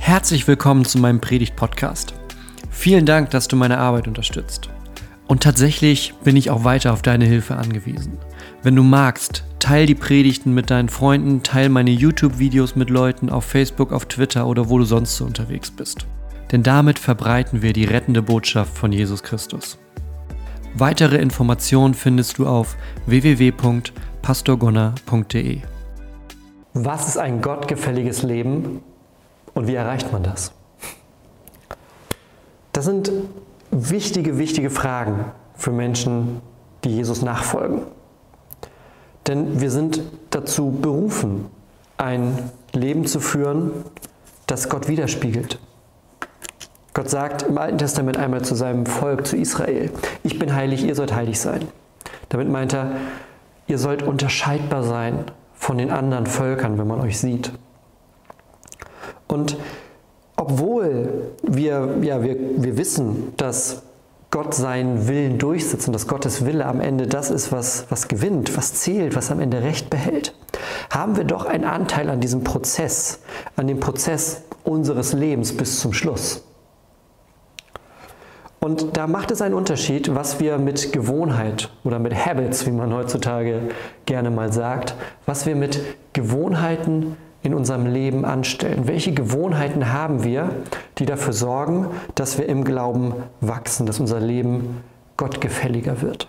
Herzlich willkommen zu meinem Predigt-Podcast. Vielen Dank, dass du meine Arbeit unterstützt. Und tatsächlich bin ich auch weiter auf deine Hilfe angewiesen. Wenn du magst, teil die Predigten mit deinen Freunden, teil meine YouTube-Videos mit Leuten auf Facebook, auf Twitter oder wo du sonst so unterwegs bist. Denn damit verbreiten wir die rettende Botschaft von Jesus Christus. Weitere Informationen findest du auf www.pastorgonner.de. Was ist ein gottgefälliges Leben und wie erreicht man das? Das sind wichtige Fragen für Menschen, die Jesus nachfolgen. Denn wir sind dazu berufen, ein Leben zu führen, das Gott widerspiegelt. Gott sagt im Alten Testament einmal zu seinem Volk, zu Israel: Ich bin heilig, ihr sollt heilig sein. Damit meint er, ihr sollt unterscheidbar sein von den anderen Völkern, wenn man euch sieht. Und obwohl wir wissen, dass Gott seinen Willen durchsetzt und dass Gottes Wille am Ende das ist, was gewinnt, was zählt, was am Ende Recht behält, haben wir doch einen Anteil an diesem Prozess, an dem Prozess unseres Lebens bis zum Schluss. Und da macht es einen Unterschied, was wir mit Gewohnheit oder mit Habits, wie man heutzutage gerne mal sagt, was wir mit Gewohnheiten in unserem Leben anstellen. Welche Gewohnheiten haben wir, die dafür sorgen, dass wir im Glauben wachsen, dass unser Leben gottgefälliger wird?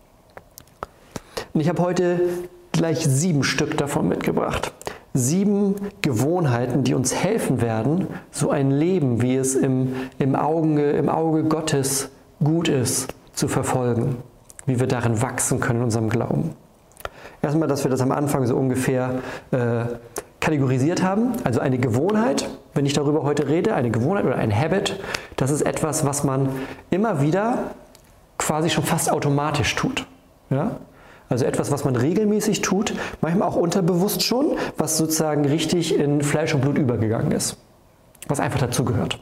Und ich habe heute gleich 7 Stück davon mitgebracht. 7 Gewohnheiten, die uns helfen werden, so ein Leben, wie es im Auge Gottes gut ist, zu verfolgen. Wie wir darin wachsen können in unserem Glauben. Erstmal, dass wir das am Anfang so ungefähr kategorisiert haben. Also eine Gewohnheit, wenn ich darüber heute rede, eine Gewohnheit oder ein Habit, das ist etwas, was man immer wieder quasi schon fast automatisch tut. Ja? Also etwas, was man regelmäßig tut, manchmal auch unterbewusst schon, was sozusagen richtig in Fleisch und Blut übergegangen ist, was einfach dazugehört.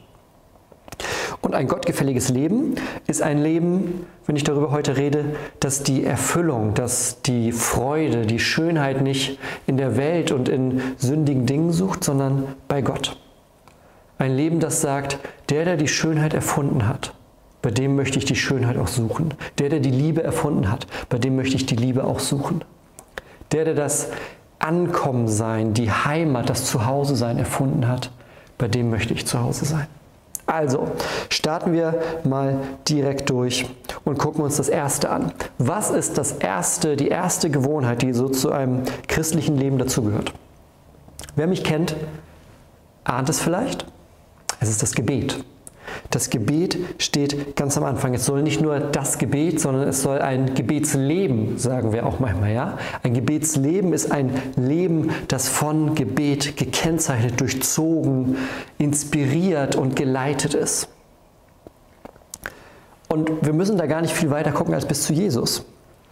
Und ein gottgefälliges Leben ist ein Leben, wenn ich darüber heute rede, dass die Erfüllung, dass die Freude, die Schönheit nicht in der Welt und in sündigen Dingen sucht, sondern bei Gott. Ein Leben, das sagt, der die Schönheit erfunden hat, bei dem möchte ich die Schönheit auch suchen. Der die Liebe erfunden hat, bei dem möchte ich die Liebe auch suchen. Der das Ankommensein, die Heimat, das Zuhause-Sein erfunden hat, bei dem möchte ich zu Hause sein. Also, starten wir mal direkt durch und gucken uns das Erste an. Was ist die erste Gewohnheit, die so zu einem christlichen Leben dazugehört? Wer mich kennt, ahnt es vielleicht. Es ist das Gebet. Das Gebet steht ganz am Anfang. Es soll nicht nur das Gebet, sondern es soll ein Gebetsleben, sagen wir auch manchmal. Ja? Ein Gebetsleben ist ein Leben, das von Gebet gekennzeichnet, durchzogen, inspiriert und geleitet ist. Und wir müssen da gar nicht viel weiter gucken als bis zu Jesus.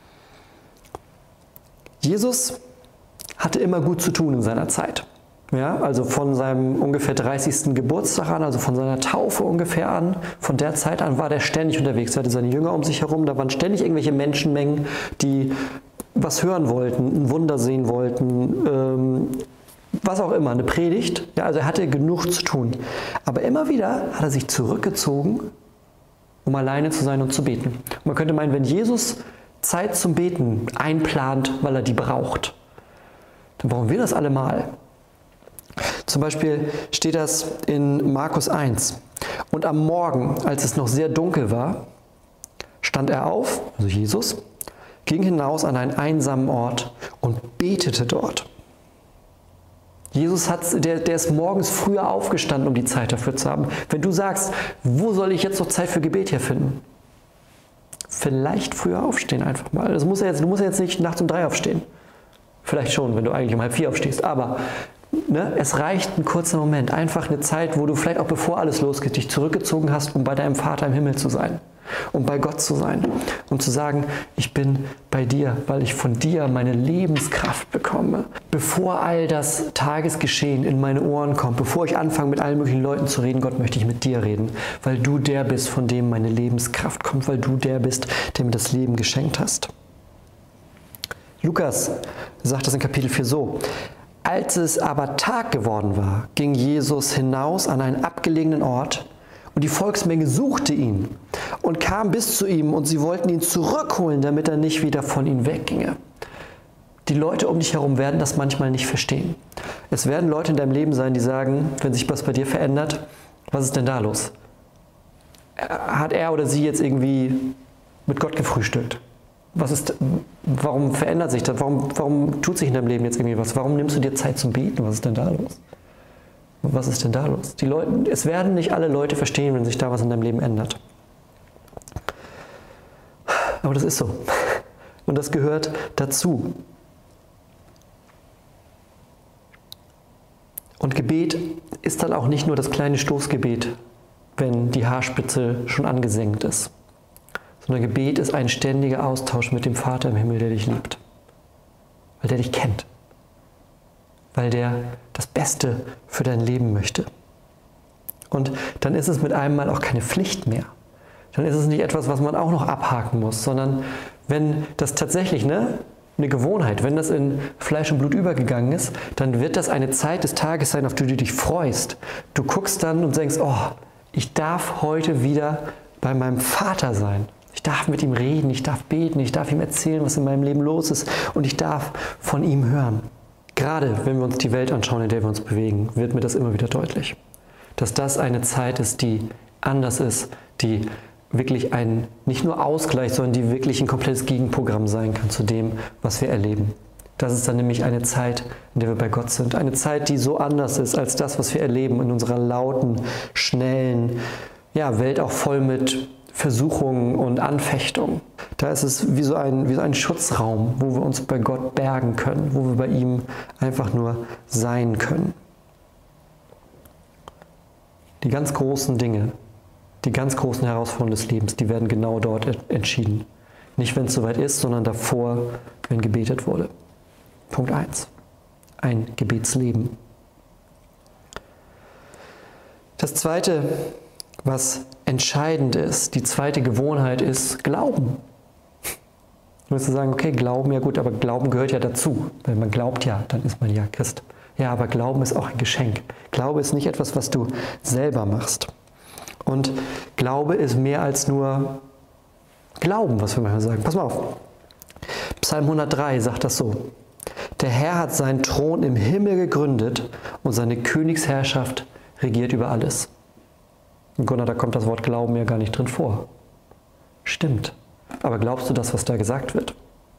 Jesus hatte immer gut zu tun in seiner Zeit. Ja, also von seinem ungefähr 30. Geburtstag an, also von seiner Taufe ungefähr an, von der Zeit an war der ständig unterwegs. Er hatte seine Jünger um sich herum, da waren ständig irgendwelche Menschenmengen, die was hören wollten, ein Wunder sehen wollten, was auch immer, eine Predigt. Ja, also er hatte genug zu tun. Aber immer wieder hat er sich zurückgezogen, um alleine zu sein und zu beten. Und man könnte meinen, wenn Jesus Zeit zum Beten einplant, weil er die braucht, dann brauchen wir das alle mal. Zum Beispiel steht das in Markus 1. Und am Morgen, als es noch sehr dunkel war, stand er auf, also Jesus, ging hinaus an einen einsamen Ort und betete dort. Jesus der ist morgens früher aufgestanden, um die Zeit dafür zu haben. Wenn du sagst, wo soll ich jetzt noch Zeit für Gebet hier finden? Vielleicht früher aufstehen einfach mal. Du musst ja jetzt nicht nachts um 3 aufstehen. Vielleicht schon, wenn du eigentlich um 3:30 aufstehst. Aber es reicht ein kurzer Moment, einfach eine Zeit, wo du vielleicht auch bevor alles losgeht, dich zurückgezogen hast, um bei deinem Vater im Himmel zu sein, um bei Gott zu sein, um zu sagen, ich bin bei dir, weil ich von dir meine Lebenskraft bekomme. Bevor all das Tagesgeschehen in meine Ohren kommt, bevor ich anfange mit allen möglichen Leuten zu reden, Gott, möchte ich mit dir reden, weil du der bist, von dem meine Lebenskraft kommt, weil du der bist, der mir das Leben geschenkt hast. Lukas sagt das in Kapitel 4 so: Als es aber Tag geworden war, ging Jesus hinaus an einen abgelegenen Ort und die Volksmenge suchte ihn und kam bis zu ihm und sie wollten ihn zurückholen, damit er nicht wieder von ihnen wegginge. Die Leute um dich herum werden das manchmal nicht verstehen. Es werden Leute in deinem Leben sein, die sagen, wenn sich was bei dir verändert, was ist denn da los? Hat er oder sie jetzt irgendwie mit Gott gefrühstückt? Warum verändert sich das? Warum tut sich in deinem Leben jetzt irgendwie was? Warum nimmst du dir Zeit zum Beten? Was ist denn da los? Was ist denn da los? Es werden nicht alle Leute verstehen, wenn sich da was in deinem Leben ändert. Aber das ist so. Und das gehört dazu. Und Gebet ist dann auch nicht nur das kleine Stoßgebet, wenn die Haarspitze schon angesenkt ist. Sondern Gebet ist ein ständiger Austausch mit dem Vater im Himmel, der dich liebt. Weil der dich kennt. Weil der das Beste für dein Leben möchte. Und dann ist es mit einem Mal auch keine Pflicht mehr. Dann ist es nicht etwas, was man auch noch abhaken muss, sondern wenn das tatsächlich eine Gewohnheit, wenn das in Fleisch und Blut übergegangen ist, dann wird das eine Zeit des Tages sein, auf die du dich freust. Du guckst dann und denkst, oh, ich darf heute wieder bei meinem Vater sein. Ich darf mit ihm reden, ich darf beten, ich darf ihm erzählen, was in meinem Leben los ist und ich darf von ihm hören. Gerade wenn wir uns die Welt anschauen, in der wir uns bewegen, wird mir das immer wieder deutlich. Dass das eine Zeit ist, die anders ist, die wirklich nicht nur Ausgleich, sondern die wirklich ein komplettes Gegenprogramm sein kann zu dem, was wir erleben. Das ist dann nämlich eine Zeit, in der wir bei Gott sind. Eine Zeit, die so anders ist als das, was wir erleben in unserer lauten, schnellen Welt, auch voll mit Versuchungen und Anfechtungen. Da ist es wie so ein Schutzraum, wo wir uns bei Gott bergen können, wo wir bei ihm einfach nur sein können. Die ganz großen Dinge, die ganz großen Herausforderungen des Lebens, die werden genau dort entschieden. Nicht, wenn es soweit ist, sondern davor, wenn gebetet wurde. Punkt 1. Ein Gebetsleben. Das Zweite, was entscheidend ist, die zweite Gewohnheit ist Glauben. Du wirst sagen, okay, Glauben, ja gut, aber Glauben gehört ja dazu. Wenn man glaubt, ja, dann ist man ja Christ. Ja, aber Glauben ist auch ein Geschenk. Glaube ist nicht etwas, was du selber machst. Und Glaube ist mehr als nur Glauben, was wir manchmal sagen. Pass mal auf. Psalm 103 sagt das so. Der Herr hat seinen Thron im Himmel gegründet und seine Königsherrschaft regiert über alles. Und Gunnar, da kommt das Wort Glauben ja gar nicht drin vor. Stimmt. Aber glaubst du das, was da gesagt wird?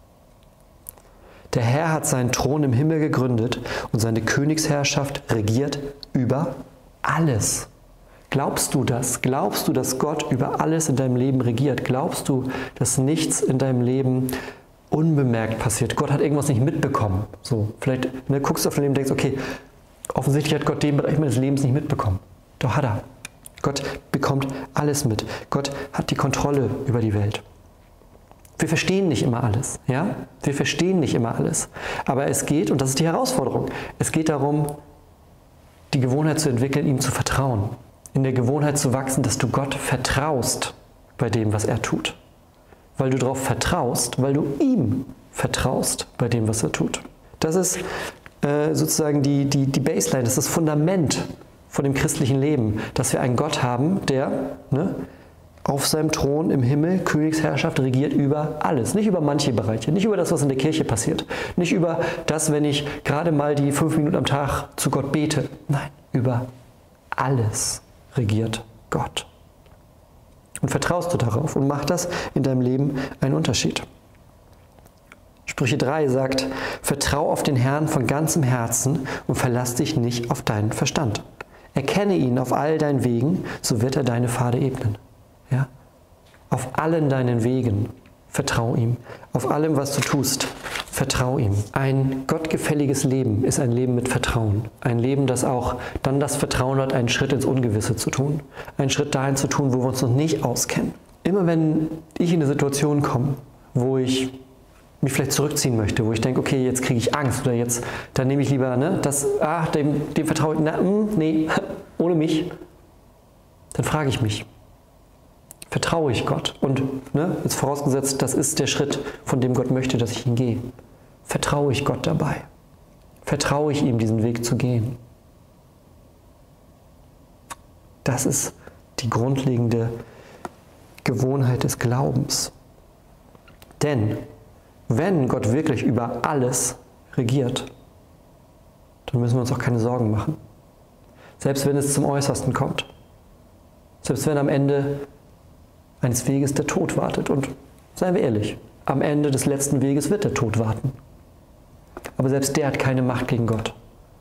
Der Herr hat seinen Thron im Himmel gegründet und seine Königsherrschaft regiert über alles. Glaubst du das? Glaubst du, dass Gott über alles in deinem Leben regiert? Glaubst du, dass nichts in deinem Leben unbemerkt passiert? Gott hat irgendwas nicht mitbekommen. So, vielleicht guckst du auf dein Leben und denkst, okay, offensichtlich hat Gott den Bereich meines Lebens nicht mitbekommen. Doch hat er. Gott bekommt alles mit. Gott hat die Kontrolle über die Welt. Wir verstehen nicht immer alles. Ja? Wir verstehen nicht immer alles. Aber es geht, und das ist die Herausforderung, es geht darum, die Gewohnheit zu entwickeln, ihm zu vertrauen. In der Gewohnheit zu wachsen, dass du Gott vertraust bei dem, was er tut. Weil du darauf vertraust, weil du ihm vertraust bei dem, was er tut. Das ist sozusagen die Baseline, das ist das Fundament von dem christlichen Leben, dass wir einen Gott haben, der auf seinem Thron im Himmel Königsherrschaft regiert über alles. Nicht über manche Bereiche, nicht über das, was in der Kirche passiert. Nicht über das, wenn ich gerade mal die 5 Minuten am Tag zu Gott bete. Nein, über alles regiert Gott. Und vertraust du darauf und macht das in deinem Leben einen Unterschied. Sprüche 3 sagt, vertrau auf den Herrn von ganzem Herzen und verlass dich nicht auf deinen Verstand. Erkenne ihn auf all deinen Wegen, so wird er deine Pfade ebnen. Ja? Auf allen deinen Wegen vertrau ihm. Auf allem, was du tust, vertrau ihm. Ein gottgefälliges Leben ist ein Leben mit Vertrauen. Ein Leben, das auch dann das Vertrauen hat, einen Schritt ins Ungewisse zu tun. Einen Schritt dahin zu tun, wo wir uns noch nicht auskennen. Immer wenn ich in eine Situation komme, wo ich mich vielleicht zurückziehen möchte, wo ich denke, okay, jetzt kriege ich Angst oder dann nehme ich lieber, dem vertraue ich, nee, ohne mich, dann frage ich mich, vertraue ich Gott? Und jetzt vorausgesetzt, das ist der Schritt, von dem Gott möchte, dass ich ihn gehe. Vertraue ich Gott dabei? vertraue ich ihm, diesen Weg zu gehen? Das ist die grundlegende Gewohnheit des Glaubens. Denn wenn Gott wirklich über alles regiert, dann müssen wir uns auch keine Sorgen machen. Selbst wenn es zum Äußersten kommt. Selbst wenn am Ende eines Weges der Tod wartet. Und seien wir ehrlich, am Ende des letzten Weges wird der Tod warten. Aber selbst der hat keine Macht gegen Gott.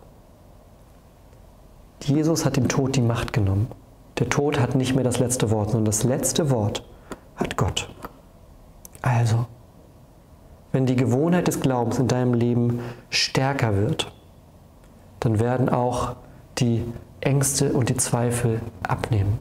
Jesus hat dem Tod die Macht genommen. Der Tod hat nicht mehr das letzte Wort, sondern das letzte Wort hat Gott. Also, wenn die Gewohnheit des Glaubens in deinem Leben stärker wird, dann werden auch die Ängste und die Zweifel abnehmen.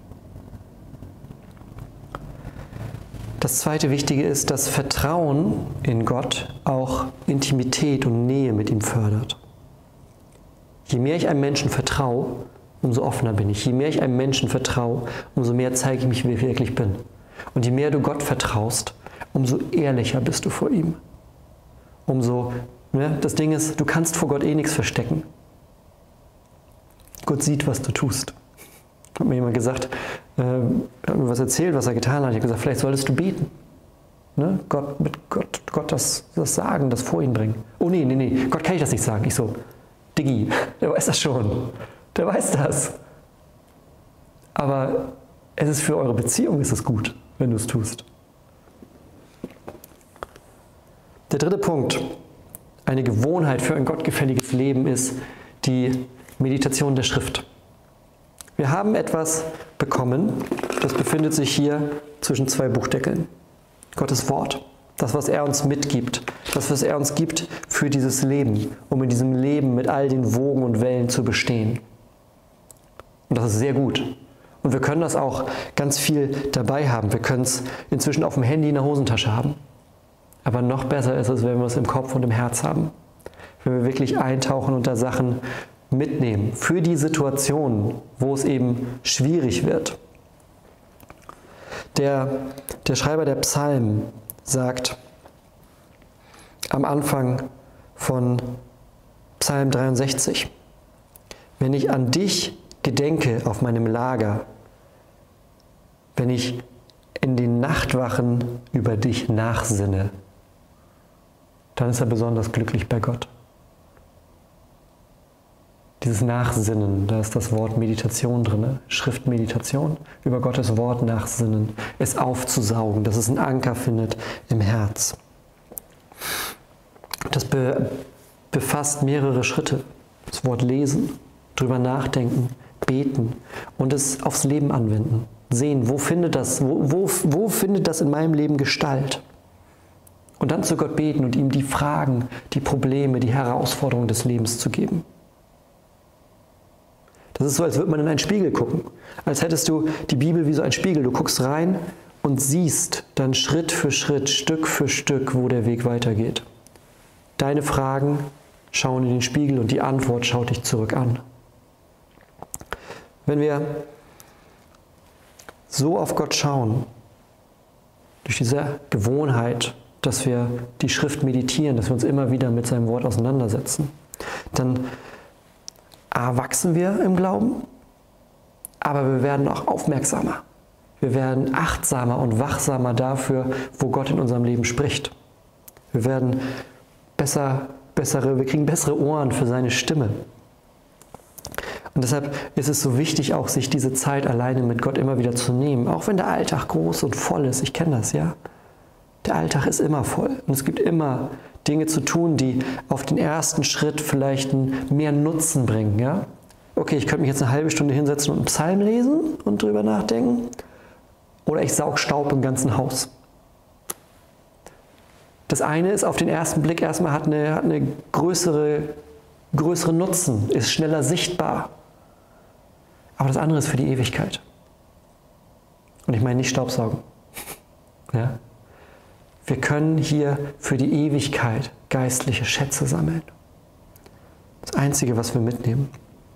Das zweite Wichtige ist, dass Vertrauen in Gott auch Intimität und Nähe mit ihm fördert. Je mehr ich einem Menschen vertraue, umso offener bin ich. Je mehr ich einem Menschen vertraue, umso mehr zeige ich mich, wie ich wirklich bin. Und je mehr du Gott vertraust, umso ehrlicher bist du vor ihm. Das Ding ist, du kannst vor Gott nichts verstecken. Gott sieht, was du tust. Hat mir jemand gesagt, hat mir was erzählt, was er getan hat. Ich habe gesagt, vielleicht solltest du beten. Ne? Gott das sagen, das vor ihn bringen. Oh nee, Gott kann ich das nicht sagen. Ich so, Diggi, der weiß das schon. Der weiß das. Aber es ist für eure Beziehung ist es gut, wenn du es tust. Der dritte Punkt, eine Gewohnheit für ein gottgefälliges Leben ist die Meditation der Schrift. Wir haben etwas bekommen, das befindet sich hier zwischen zwei Buchdeckeln. Gottes Wort, das, was er uns mitgibt, das, was er uns gibt für dieses Leben, um in diesem Leben mit all den Wogen und Wellen zu bestehen. Und das ist sehr gut. Und wir können das auch ganz viel dabei haben. Wir können es inzwischen auf dem Handy in der Hosentasche haben. Aber noch besser ist es, wenn wir es im Kopf und im Herz haben. Wenn wir wirklich eintauchen und da Sachen mitnehmen für die Situationen, wo es eben schwierig wird. Der Schreiber der Psalmen sagt am Anfang von Psalm 63, wenn ich an dich gedenke auf meinem Lager, wenn ich in den Nachtwachen über dich nachsinne, dann ist er besonders glücklich bei Gott. Dieses Nachsinnen, da ist das Wort Meditation drin, Schriftmeditation, über Gottes Wort nachsinnen, es aufzusaugen, dass es einen Anker findet im Herz. Das befasst mehrere Schritte. Das Wort lesen, drüber nachdenken, beten und es aufs Leben anwenden. Sehen, wo findet das in meinem Leben Gestalt? Und dann zu Gott beten und ihm die Fragen, die Probleme, die Herausforderungen des Lebens zu geben. Das ist so, als würde man in einen Spiegel gucken. Als hättest du die Bibel wie so ein Spiegel. Du guckst rein und siehst dann Schritt für Schritt, Stück für Stück, wo der Weg weitergeht. Deine Fragen schauen in den Spiegel und die Antwort schaut dich zurück an. Wenn wir so auf Gott schauen, durch diese Gewohnheit, dass wir die Schrift meditieren, dass wir uns immer wieder mit seinem Wort auseinandersetzen, dann wachsen wir im Glauben, aber wir werden auch aufmerksamer. Wir werden achtsamer und wachsamer dafür, wo Gott in unserem Leben spricht. Wir werden wir kriegen bessere Ohren für seine Stimme. Und deshalb ist es so wichtig, auch sich diese Zeit alleine mit Gott immer wieder zu nehmen. Auch wenn der Alltag groß und voll ist. Ich kenne das, ja. Der Alltag ist immer voll. Und es gibt immer Dinge zu tun, die auf den ersten Schritt vielleicht mehr Nutzen bringen, ja. Okay, ich könnte mich jetzt eine halbe Stunde hinsetzen und einen Psalm lesen und drüber nachdenken. Oder ich saug Staub im ganzen Haus. Das eine ist auf den ersten Blick erstmal hat eine größere Nutzen, ist schneller sichtbar. Aber das andere ist für die Ewigkeit. Und ich meine nicht Staubsaugen. Ja? Wir können hier für die Ewigkeit geistliche Schätze sammeln. Das Einzige, was wir mitnehmen.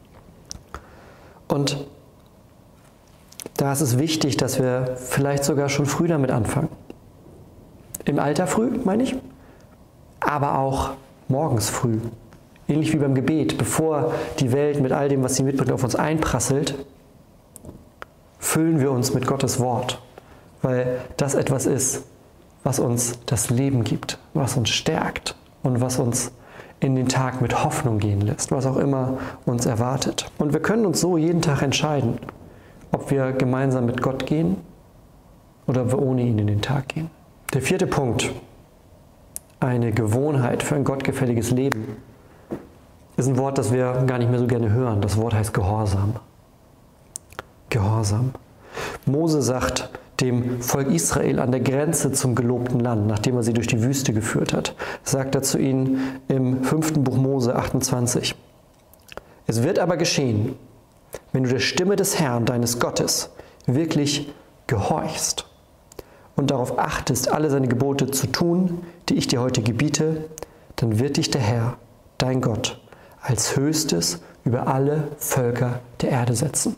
Und da ist es wichtig, dass wir vielleicht sogar schon früh damit anfangen. Im Alter früh, meine ich, aber auch morgens früh, Ähnlich wie beim Gebet, bevor die Welt mit all dem, was sie mitbringt, auf uns einprasselt, füllen wir uns mit Gottes Wort, weil das etwas ist, was uns das Leben gibt, was uns stärkt und was uns in den Tag mit Hoffnung gehen lässt, was auch immer uns erwartet. Und wir können uns so jeden Tag entscheiden, ob wir gemeinsam mit Gott gehen oder ob wir ohne ihn in den Tag gehen. Der 4. Punkt, eine Gewohnheit für ein gottgefälliges Leben, ist ein Wort, das wir gar nicht mehr so gerne hören. Das Wort heißt Gehorsam. Gehorsam. Mose sagt dem Volk Israel an der Grenze zum gelobten Land, nachdem er sie durch die Wüste geführt hat, sagt er zu ihnen im 5. Buch Mose 28. Es wird aber geschehen, wenn du der Stimme des Herrn, deines Gottes, wirklich gehorchst und darauf achtest, alle seine Gebote zu tun, die ich dir heute gebiete, dann wird dich der Herr, dein Gott, als Höchstes über alle Völker der Erde setzen.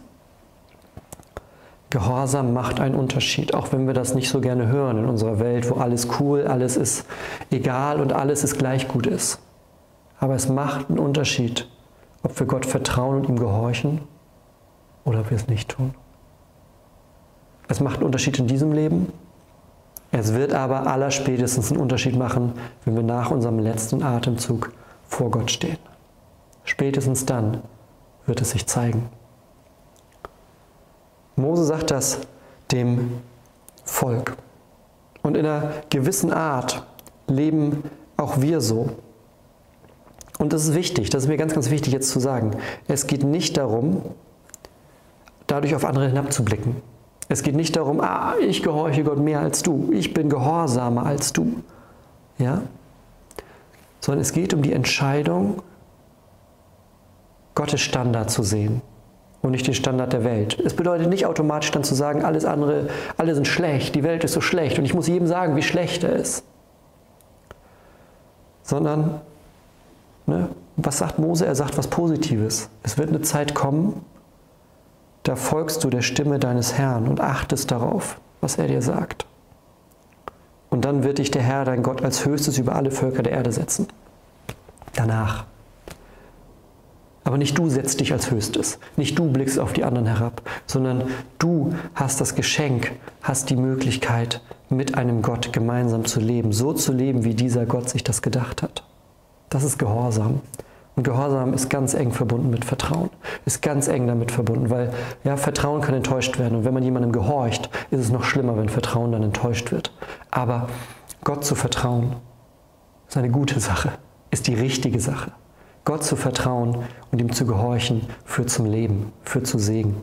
Gehorsam macht einen Unterschied, auch wenn wir das nicht so gerne hören in unserer Welt, wo alles cool, alles ist egal und alles ist gleich gut ist. Aber es macht einen Unterschied, ob wir Gott vertrauen und ihm gehorchen oder ob wir es nicht tun. Es macht einen Unterschied in diesem Leben. Es wird aber allerspätestens einen Unterschied machen, wenn wir nach unserem letzten Atemzug vor Gott stehen. Spätestens dann wird es sich zeigen. Mose sagt das dem Volk. Und in einer gewissen Art leben auch wir so. Und das ist wichtig, das ist mir ganz, ganz wichtig jetzt zu sagen. Es geht nicht darum, dadurch auf andere hinabzublicken. Es geht nicht darum, ich gehorche Gott mehr als du, ich bin gehorsamer als du. Ja? Sondern es geht um die Entscheidung, Gottes Standard zu sehen und nicht den Standard der Welt. Es bedeutet nicht automatisch dann zu sagen, alles andere, alle sind schlecht, die Welt ist so schlecht und ich muss jedem sagen, wie schlecht er ist. Sondern, was sagt Mose? Er sagt was Positives. Es wird eine Zeit kommen, da folgst du der Stimme deines Herrn und achtest darauf, was er dir sagt. Und dann wird dich der Herr, dein Gott, als Höchstes über alle Völker der Erde setzen. Danach. Aber nicht du setzt dich als Höchstes, nicht du blickst auf die anderen herab, sondern du hast das Geschenk, hast die Möglichkeit, mit einem Gott gemeinsam zu leben, so zu leben, wie dieser Gott sich das gedacht hat. Das ist Gehorsam. Und Gehorsam ist ganz eng verbunden mit Vertrauen, ist ganz eng damit verbunden, weil Vertrauen kann enttäuscht werden. Und wenn man jemandem gehorcht, ist es noch schlimmer, wenn Vertrauen dann enttäuscht wird. Aber Gott zu vertrauen ist eine gute Sache, ist die richtige Sache. Gott zu vertrauen und ihm zu gehorchen, führt zum Leben, führt zu Segen.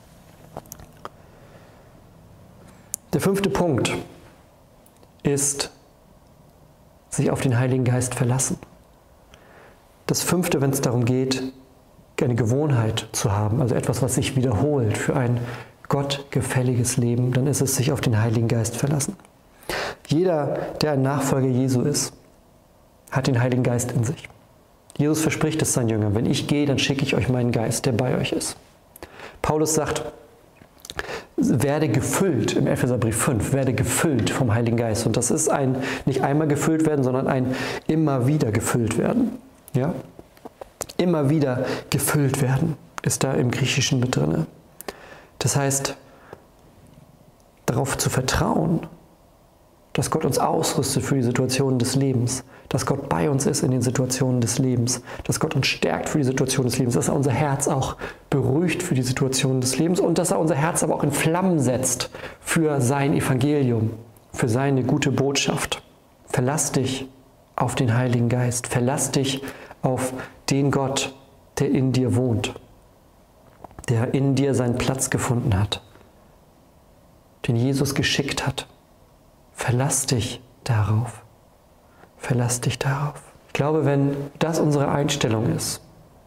Der 5. Punkt ist, sich auf den Heiligen Geist verlassen. Das 5., wenn es darum geht, eine Gewohnheit zu haben, also etwas, was sich wiederholt für ein gottgefälliges Leben, dann ist es sich auf den Heiligen Geist verlassen. Jeder, der ein Nachfolger Jesu ist, hat den Heiligen Geist in sich. Jesus verspricht es seinen Jüngern, wenn ich gehe, dann schicke ich euch meinen Geist, der bei euch ist. Paulus sagt, werde gefüllt, im Epheserbrief 5, werde gefüllt vom Heiligen Geist. Und das ist ein nicht einmal gefüllt werden, sondern ein immer wieder gefüllt werden. Ja? Immer wieder gefüllt werden, ist da im Griechischen mit drin. Das heißt, darauf zu vertrauen, dass Gott uns ausrüstet für die Situationen des Lebens, dass Gott bei uns ist in den Situationen des Lebens, dass Gott uns stärkt für die Situation des Lebens, dass er unser Herz auch beruhigt für die Situationen des Lebens und dass er unser Herz aber auch in Flammen setzt für sein Evangelium, für seine gute Botschaft. Verlass dich auf den Heiligen Geist, verlass dich auf den Gott, der in dir wohnt, der in dir seinen Platz gefunden hat, den Jesus geschickt hat. Verlass dich darauf. Verlass dich darauf. Ich glaube, wenn das unsere Einstellung ist,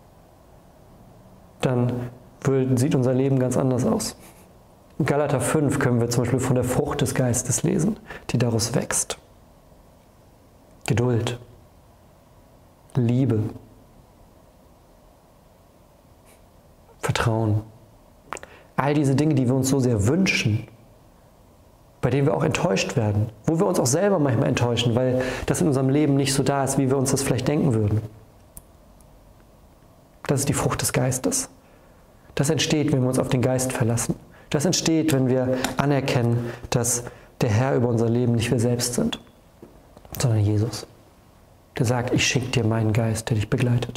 dann sieht unser Leben ganz anders aus. In Galater 5 können wir zum Beispiel von der Frucht des Geistes lesen, die daraus wächst. Geduld, Liebe, Vertrauen. All diese Dinge, die wir uns so sehr wünschen, bei denen wir auch enttäuscht werden, wo wir uns auch selber manchmal enttäuschen, weil das in unserem Leben nicht so da ist, wie wir uns das vielleicht denken würden. Das ist die Frucht des Geistes. Das entsteht, wenn wir uns auf den Geist verlassen. Das entsteht, wenn wir anerkennen, dass der Herr über unser Leben nicht wir selbst sind, sondern Jesus. Der sagt, ich schicke dir meinen Geist, der dich begleitet.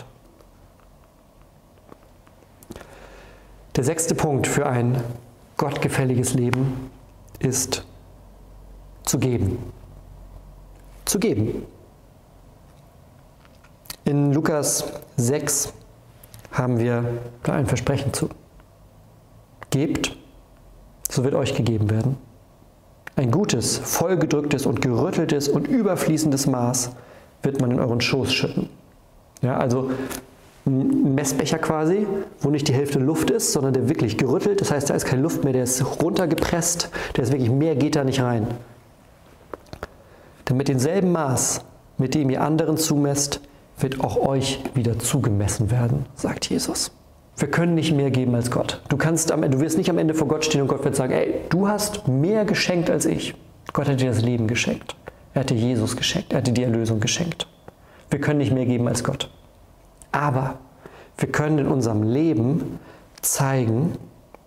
Der 6. Punkt für ein gottgefälliges Leben ist zu geben. Zu geben. In Lukas 6 haben wir da ein Versprechen zu. Gebt, so wird euch gegeben werden. Ein gutes, vollgedrücktes und gerütteltes und überfließendes Maß wird man in euren Schoß schütten. Ja, also ein Messbecher quasi, wo nicht die Hälfte Luft ist, sondern der wirklich gerüttelt. Das heißt, da ist keine Luft mehr, der ist runtergepresst, der ist wirklich, mehr geht da nicht rein. Denn mit demselben Maß, mit dem ihr anderen zumesst, wird auch euch wieder zugemessen werden, sagt Jesus. Wir können nicht mehr geben als Gott. Du wirst nicht am Ende vor Gott stehen und Gott wird sagen, ey, du hast mehr geschenkt als ich. Gott hat dir das Leben geschenkt. Er hat dir Jesus geschenkt. Er hat dir die Erlösung geschenkt. Wir können nicht mehr geben als Gott. Aber wir können in unserem Leben zeigen,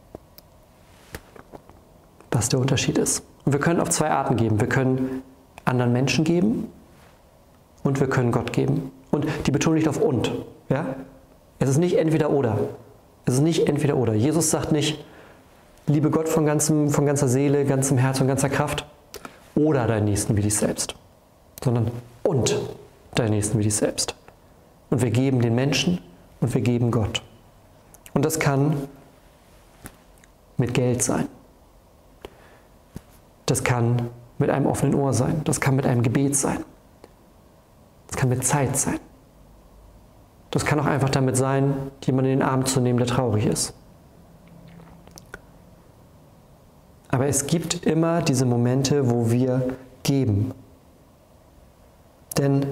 was der Unterschied ist. Und wir können auf 2 Arten geben. Wir können anderen Menschen geben und wir können Gott geben. Und die Betonung liegt auf und. Ja? Es ist nicht entweder oder. Es ist nicht entweder oder. Jesus sagt nicht, liebe Gott von ganzer Seele, ganzem Herz und ganzer Kraft oder deinen Nächsten wie dich selbst, sondern und deinen Nächsten wie dich selbst. Und wir geben den Menschen und wir geben Gott. Und das kann mit Geld sein. Das kann mit einem offenen Ohr sein. Das kann mit einem Gebet sein. Das kann mit Zeit sein. Das kann auch einfach damit sein, jemanden in den Arm zu nehmen, der traurig ist. Aber es gibt immer diese Momente, wo wir geben. Denn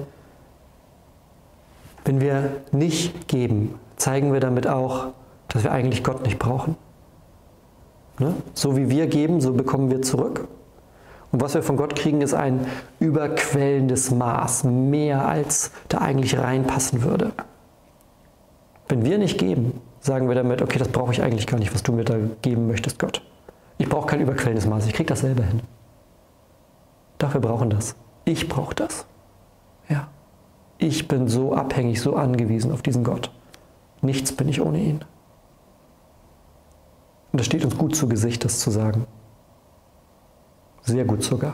wenn wir nicht geben, zeigen wir damit auch, dass wir eigentlich Gott nicht brauchen. Ne? So wie wir geben, so bekommen wir zurück. Und was wir von Gott kriegen, ist ein überquellendes Maß, mehr als da eigentlich reinpassen würde. Wenn wir nicht geben, sagen wir damit, okay, das brauche ich eigentlich gar nicht, was du mir da geben möchtest, Gott. Ich brauche kein überquellendes Maß, ich kriege das selber hin. Doch wir brauchen das. Ich brauche das. Ja. Ich bin so abhängig, so angewiesen auf diesen Gott. Nichts bin ich ohne ihn. Und das steht uns gut zu Gesicht, das zu sagen. Sehr gut sogar.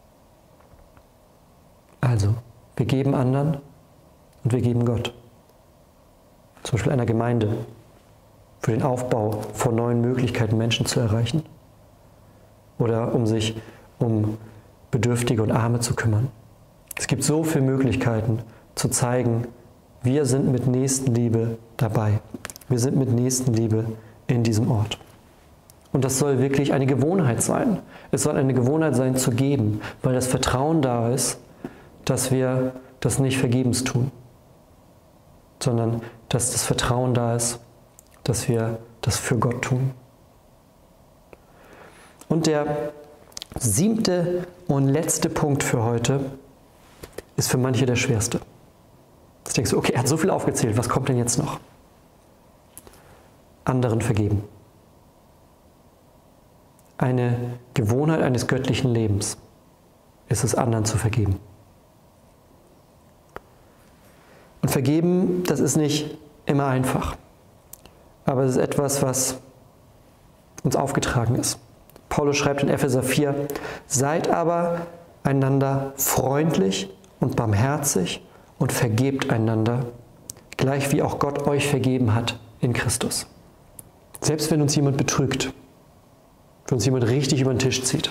Also, wir geben anderen und wir geben Gott. Zum Beispiel einer Gemeinde, für den Aufbau von neuen Möglichkeiten, Menschen zu erreichen. Oder um sich um Bedürftige und Arme zu kümmern. Es gibt so viele Möglichkeiten zu zeigen, wir sind mit Nächstenliebe dabei. Wir sind mit Nächstenliebe in diesem Ort. Und das soll wirklich eine Gewohnheit sein. Es soll eine Gewohnheit sein zu geben, weil das Vertrauen da ist, dass wir das nicht vergebens tun, sondern dass das Vertrauen da ist, dass wir das für Gott tun. Und der 7. und letzte Punkt für heute ist für manche der schwerste. Jetzt denkst du, okay, er hat so viel aufgezählt, was kommt denn jetzt noch? Anderen vergeben. Eine Gewohnheit eines göttlichen Lebens ist es, anderen zu vergeben. Und vergeben, das ist nicht immer einfach. Aber es ist etwas, was uns aufgetragen ist. Paulus schreibt in Epheser 4, seid aber einander freundlich und barmherzig und vergebt einander, gleich wie auch Gott euch vergeben hat in Christus. Selbst wenn uns jemand betrügt, wenn uns jemand richtig über den Tisch zieht,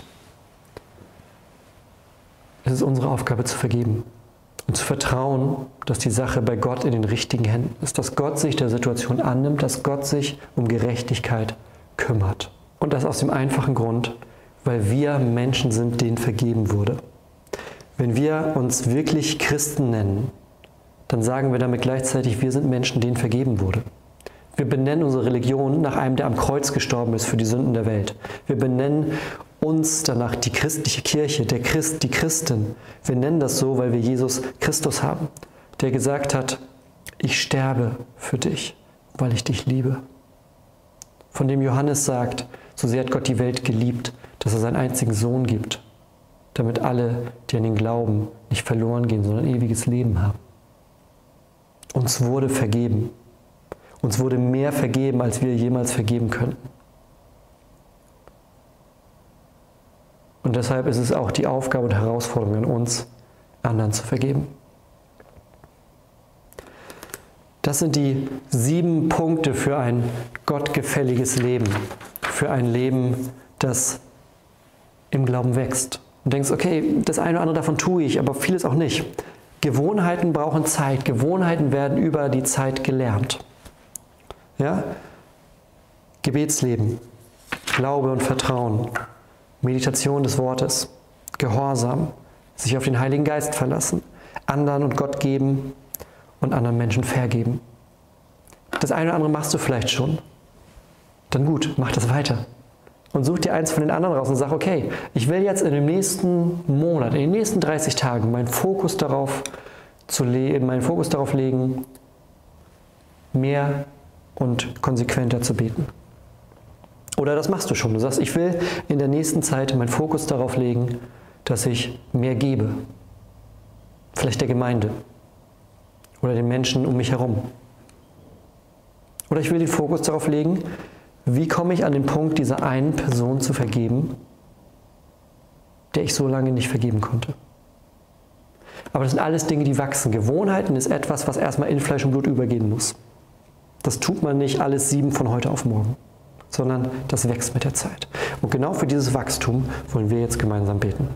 es ist unsere Aufgabe zu vergeben und zu vertrauen, dass die Sache bei Gott in den richtigen Händen ist, dass Gott sich der Situation annimmt, dass Gott sich um Gerechtigkeit kümmert. Und das aus dem einfachen Grund, weil wir Menschen sind, denen vergeben wurde. Wenn wir uns wirklich Christen nennen, dann sagen wir damit gleichzeitig, wir sind Menschen, denen vergeben wurde. Wir benennen unsere Religion nach einem, der am Kreuz gestorben ist für die Sünden der Welt. Wir benennen uns danach die christliche Kirche, der Christ, die Christen. Wir nennen das so, weil wir Jesus Christus haben, der gesagt hat, ich sterbe für dich, weil ich dich liebe. Von dem Johannes sagt, so sehr hat Gott die Welt geliebt, dass er seinen einzigen Sohn gibt, damit alle, die an ihn glauben, nicht verloren gehen, sondern ewiges Leben haben. Uns wurde vergeben. Uns wurde mehr vergeben, als wir jemals vergeben könnten. Und deshalb ist es auch die Aufgabe und Herausforderung an uns, anderen zu vergeben. Das sind die 7 Punkte für ein gottgefälliges Leben, für ein Leben, das im Glauben wächst. Und denkst, okay, das eine oder andere davon tue ich, aber vieles auch nicht. Gewohnheiten brauchen Zeit. Gewohnheiten werden über die Zeit gelernt. Ja? Gebetsleben, Glaube und Vertrauen, Meditation des Wortes, Gehorsam, sich auf den Heiligen Geist verlassen, anderen und Gott geben und anderen Menschen vergeben. Das eine oder andere machst du vielleicht schon. Dann gut, mach das weiter. Und such dir eins von den anderen raus und sag, okay, ich will jetzt in dem nächsten Monat, in den nächsten 30 Tagen meinen Fokus darauf legen, mehr und konsequenter zu beten. Oder das machst du schon. Du sagst, ich will in der nächsten Zeit meinen Fokus darauf legen, dass ich mehr gebe. Vielleicht der Gemeinde oder den Menschen um mich herum. Oder ich will den Fokus darauf legen, wie komme ich an den Punkt, dieser einen Person zu vergeben, der ich so lange nicht vergeben konnte. Aber das sind alles Dinge, die wachsen. Gewohnheiten ist etwas, was erstmal in Fleisch und Blut übergehen muss. Das tut man nicht alles 7 von heute auf morgen, sondern das wächst mit der Zeit. Und genau für dieses Wachstum wollen wir jetzt gemeinsam beten.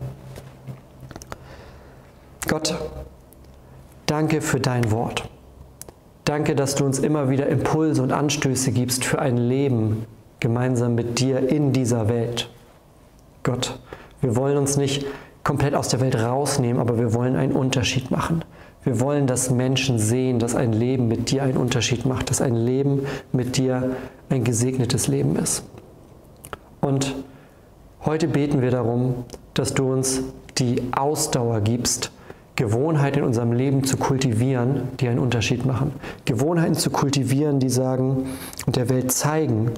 Gott, danke für dein Wort. Danke, dass du uns immer wieder Impulse und Anstöße gibst für ein Leben gemeinsam mit dir in dieser Welt. Gott, wir wollen uns nicht komplett aus der Welt rausnehmen, aber wir wollen einen Unterschied machen. Wir wollen, dass Menschen sehen, dass ein Leben mit dir einen Unterschied macht, dass ein Leben mit dir ein gesegnetes Leben ist. Und heute beten wir darum, dass du uns die Ausdauer gibst, Gewohnheiten in unserem Leben zu kultivieren, die einen Unterschied machen. Gewohnheiten zu kultivieren, die sagen und der Welt zeigen,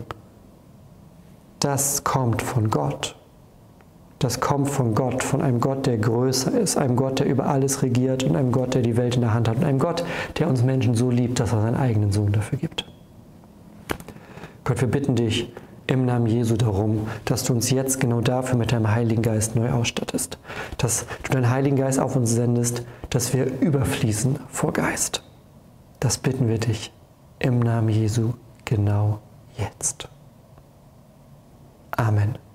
das kommt von Gott. Das kommt von Gott, von einem Gott, der größer ist, einem Gott, der über alles regiert und einem Gott, der die Welt in der Hand hat und einem Gott, der uns Menschen so liebt, dass er seinen eigenen Sohn dafür gibt. Gott, wir bitten dich im Namen Jesu darum, dass du uns jetzt genau dafür mit deinem Heiligen Geist neu ausstattest. Dass du deinen Heiligen Geist auf uns sendest, dass wir überfließen vor Geist. Das bitten wir dich im Namen Jesu genau jetzt. Amen.